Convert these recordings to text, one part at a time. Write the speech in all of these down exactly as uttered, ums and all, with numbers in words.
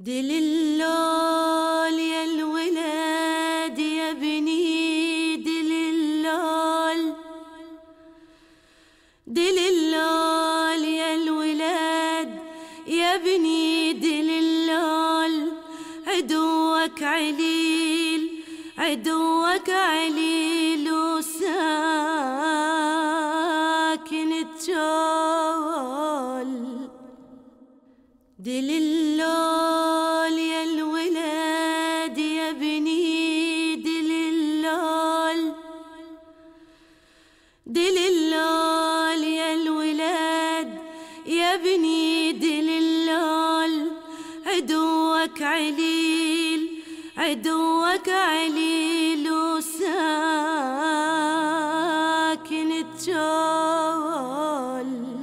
دللول يا الولاد يا بني دللول دللول يا الولاد يا بني دللول عدوك عليل عدوك عليل وساكن الجول دللول يا الولاد يا بني دللول دللول يا الولاد يا بني دللول عدوك عليل عدوك عليل وساكن الجول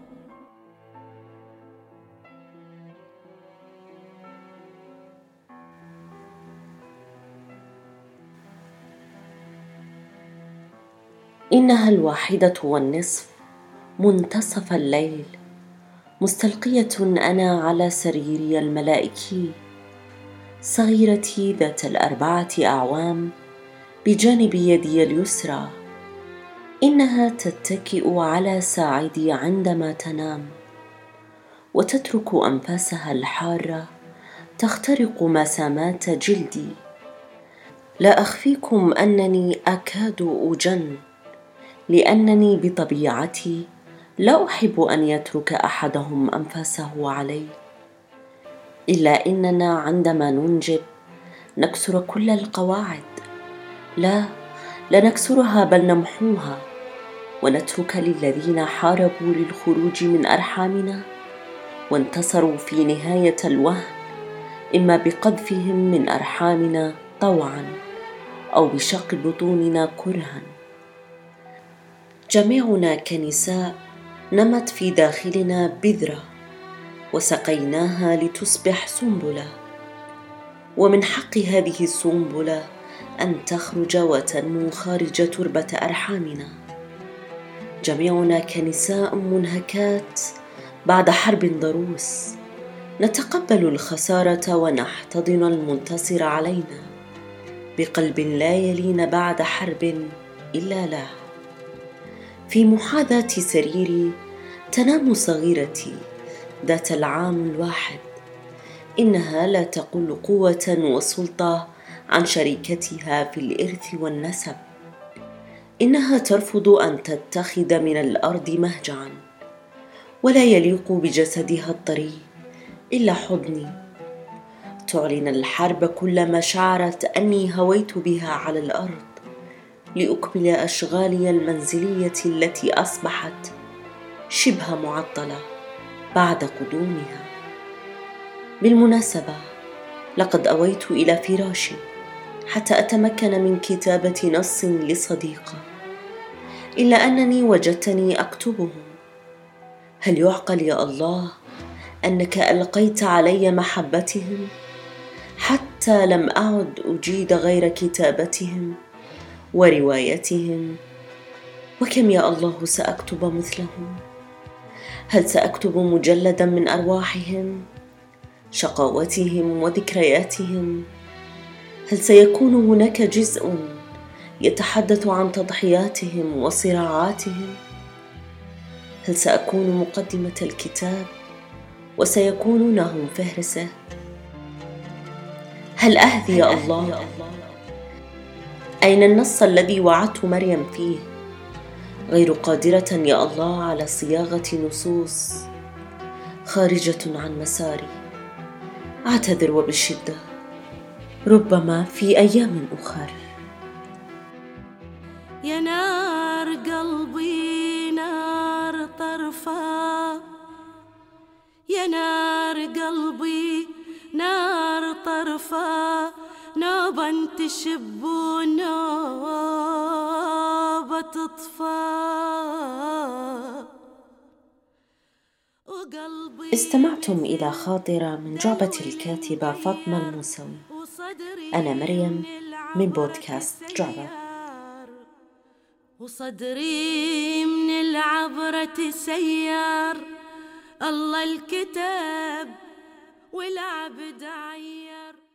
إنها الواحدة والنصف منتصف الليل، مستلقية أنا على سريري الملائكي، صغيرتي ذات الأربعة أعوام بجانب يدي اليسرى. إنها تتكئ على ساعدي عندما تنام، وتترك أنفاسها الحارة تخترق مسامات جلدي. لا أخفيكم أنني أكاد أجن، لأنني بطبيعتي لا أحب أن يترك أحدهم أنفاسه علي. إلا إننا عندما ننجب نكسر كل القواعد، لا لا نكسرها بل نمحوها، ونترك للذين حاربوا للخروج من أرحامنا وانتصروا في نهاية الوهن، إما بقذفهم من أرحامنا طوعا أو بشق بطوننا كرها. جميعنا كنساء نمت في داخلنا بذرة وسقيناها لتصبح سنبلة، ومن حق هذه السنبلة أن تخرج وتنمو خارج تربة أرحامنا. جميعنا كنساء منهكات بعد حرب ضروس، نتقبل الخسارة ونحتضن المنتصر علينا بقلب لا يلين بعد حرب إلا له. في محاذاة سريري تنام صغيرتي ذات العام الواحد. إنها لا تقل قوة وسلطة عن شريكتها في الإرث والنسب. إنها ترفض أن تتخذ من الأرض مهجعا، ولا يليق بجسدها الطري إلا حضني. تعلن الحرب كلما شعرت أني هويت بها على الأرض لأكمل أشغالي المنزلية التي أصبحت شبه معطلة بعد قدومها. بالمناسبة، لقد أويت إلى فراشي حتى أتمكن من كتابة نص لصديقة، إلا أنني وجدتني أكتبهم. هل يعقل يا الله أنك ألقيت علي محبتهم حتى لم أعد أجيد غير كتابتهم وروايتهم؟ وكم يا الله سأكتب مثلهم؟ هل سأكتب مجلدا من أرواحهم، شقاوتهم وذكرياتهم؟ هل سيكون هناك جزء يتحدث عن تضحياتهم وصراعاتهم؟ هل سأكون مقدمة الكتاب وسيكونون هم فهرسه؟ هل أهذي يا الله؟ أين النص الذي وعدت مريم فيه؟ غير قادرة يا الله على صياغة نصوص خارجة عن مساري. أعتذر وبالشدة، ربما في أيام أخر. يا نار قلبي نار طرفا، يا نار قلبي نار طرفا، نوبا تشب ونوبا تطفى. استمعتم إلى خاطرة من جعبة الكاتبة فاطمة الموسوي. أنا مريم من بودكاست جعبة. وصدري من العبرة سيار الله الكتاب والعبد عيد